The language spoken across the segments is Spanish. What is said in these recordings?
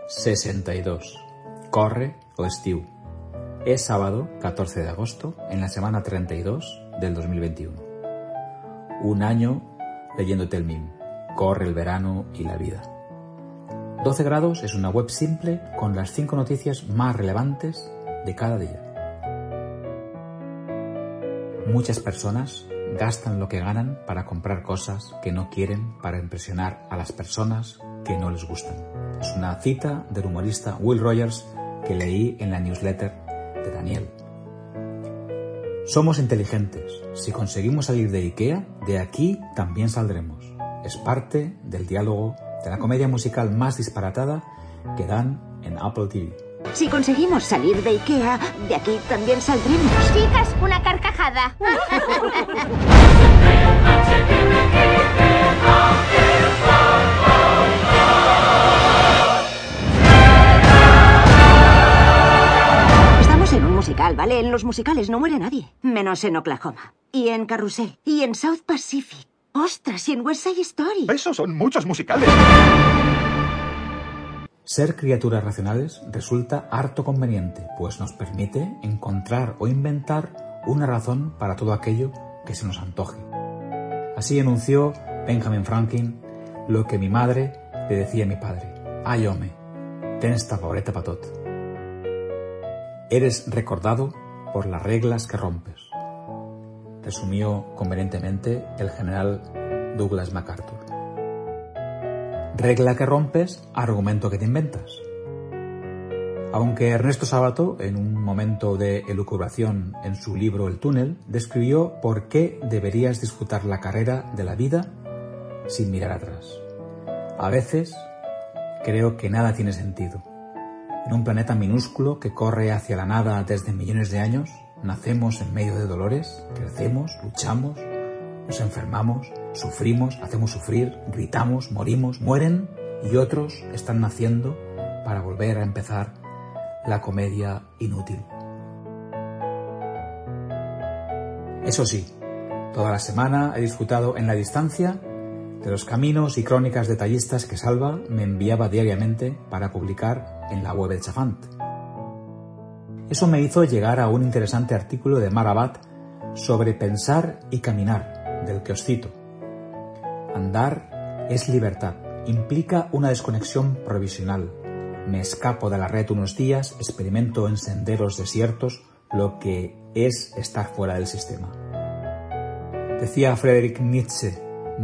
62. Corre o estiu. Es sábado 14 de agosto, en la semana 32 del 2021. Un año leyéndote el meme. Corre el verano y la vida. 12 grados es una web simple con las 5 noticias más relevantes de cada día. Muchas personas gastan lo que ganan para comprar cosas que no quieren para impresionar a las personas que no les gustan. Es una cita del humorista Will Rogers que leí en la newsletter de Daniel. Somos inteligentes. Si conseguimos salir de IKEA, de aquí también saldremos. Es parte del diálogo de la comedia musical más disparatada que dan en Apple TV. Si conseguimos salir de IKEA, de aquí también saldremos. Chicas, una carcajada. Estamos en un musical, ¿vale? En los musicales no muere nadie. Menos en Oklahoma. Y en Carrusel. Y en South Pacific. ¡Ostras! Y en West Side Story. Esos son muchos musicales. Ser criaturas racionales resulta harto conveniente, pues nos permite encontrar o inventar una razón para todo aquello que se nos antoje. Así enunció Benjamin Franklin lo que mi madre le decía a mi padre: «Ay, home, ten esta paureta patot». Eres recordado por las reglas que rompes, resumió convenientemente el general Douglas MacArthur. Regla que rompes, argumento que te inventas. Aunque Ernesto Sábato, en un momento de elucubración en su libro El túnel, describió por qué deberías disfrutar la carrera de la vida sin mirar atrás. A veces creo que nada tiene sentido. En un planeta minúsculo que corre hacia la nada desde millones de años, nacemos en medio de dolores, crecemos, luchamos, nos enfermamos, sufrimos, hacemos sufrir, gritamos, morimos, mueren y otros están naciendo para volver a empezar la comedia inútil. Eso sí, toda la semana he disfrutado en la distancia de los caminos y crónicas detallistas que Salva me enviaba diariamente para publicar en la web de Chafant. Eso me hizo llegar a un interesante artículo de Mar Abad sobre pensar y caminar, del que os cito. Andar es libertad, implica una desconexión provisional. Me escapo de la red unos días, experimento en senderos desiertos lo que es estar fuera del sistema. Decía Friedrich Nietzsche,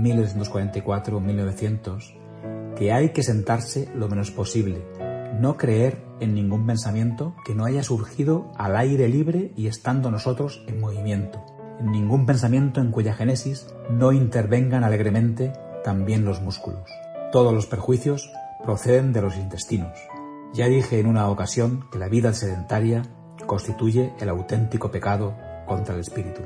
1844-1900, que hay que sentarse lo menos posible, no creer en ningún pensamiento que no haya surgido al aire libre y estando nosotros en movimiento. En ningún pensamiento en cuya génesis no intervengan alegremente también los músculos. Todos los perjuicios proceden de los intestinos. Ya dije en una ocasión que la vida sedentaria constituye el auténtico pecado contra el espíritu.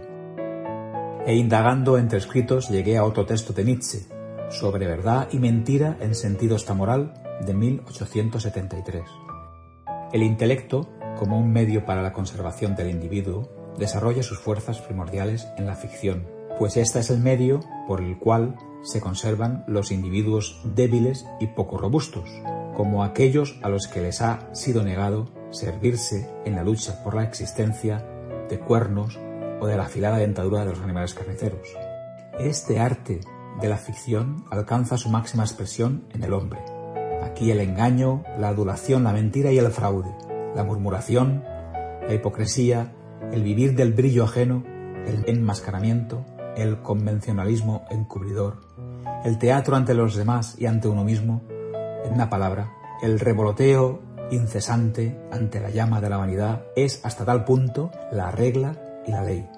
E indagando entre escritos llegué a otro texto de Nietzsche, sobre verdad y mentira en sentido moral, de 1873. El intelecto, como un medio para la conservación del individuo, desarrolla sus fuerzas primordiales en la ficción, pues este es el medio por el cual se conservan los individuos débiles y poco robustos, como aquellos a los que les ha sido negado servirse en la lucha por la existencia de cuernos o de la afilada dentadura de los animales carniceros. Este arte de la ficción alcanza su máxima expresión en el hombre. Aquí el engaño, la adulación, la mentira y el fraude, la murmuración, la hipocresía, el vivir del brillo ajeno, el enmascaramiento, el convencionalismo encubridor, el teatro ante los demás y ante uno mismo, en una palabra, el revoloteo incesante ante la llama de la vanidad es hasta tal punto la regla y la ley.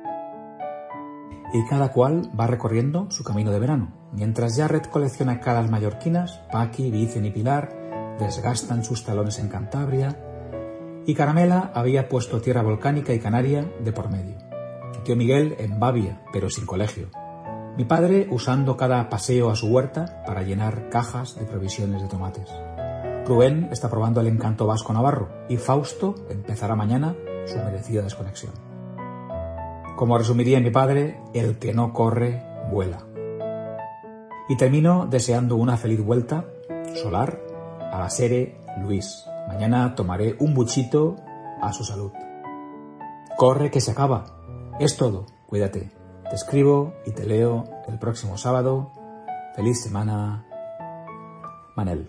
Y cada cual va recorriendo su camino de verano. Mientras Jarret colecciona calas mallorquinas, Paqui, Vicen y Pilar desgastan sus talones en Cantabria y Caramela había puesto tierra volcánica y canaria de por medio. Tío Miguel en Bavia, pero sin colegio. Mi padre usando cada paseo a su huerta para llenar cajas de provisiones de tomates. Rubén está probando el encanto vasco navarro y Fausto empezará mañana su merecida desconexión. Como resumiría mi padre, el que no corre, vuela. Y termino deseando una feliz vuelta solar Abasere Luis. Mañana tomaré un buchito a su salud. Corre que se acaba. Es todo. Cuídate. Te escribo y te leo el próximo sábado. Feliz semana. Manel.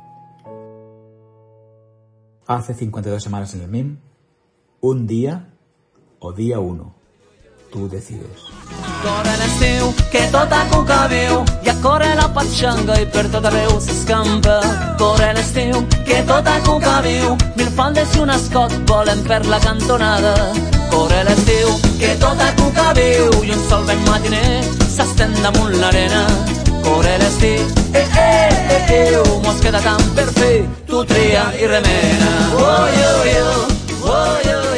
Hace 52 semanas en el MIM. Un día o día 1. Tu decides. Corre l'estiu, que tot a cuca viu, i a corre la patxanga i per tot arreu s'escampa. Corre l'estiu, que tot a cuca viu, 1000 faldes i un escot volen per la cantonada. Corre l'estiu, que tot a cuca viu, i un sol ben matiner s'estén damunt l'arena. Corre l'estiu, mos queda tant per fer, tu tria i remena. Oh, yo, yo, oh, yo.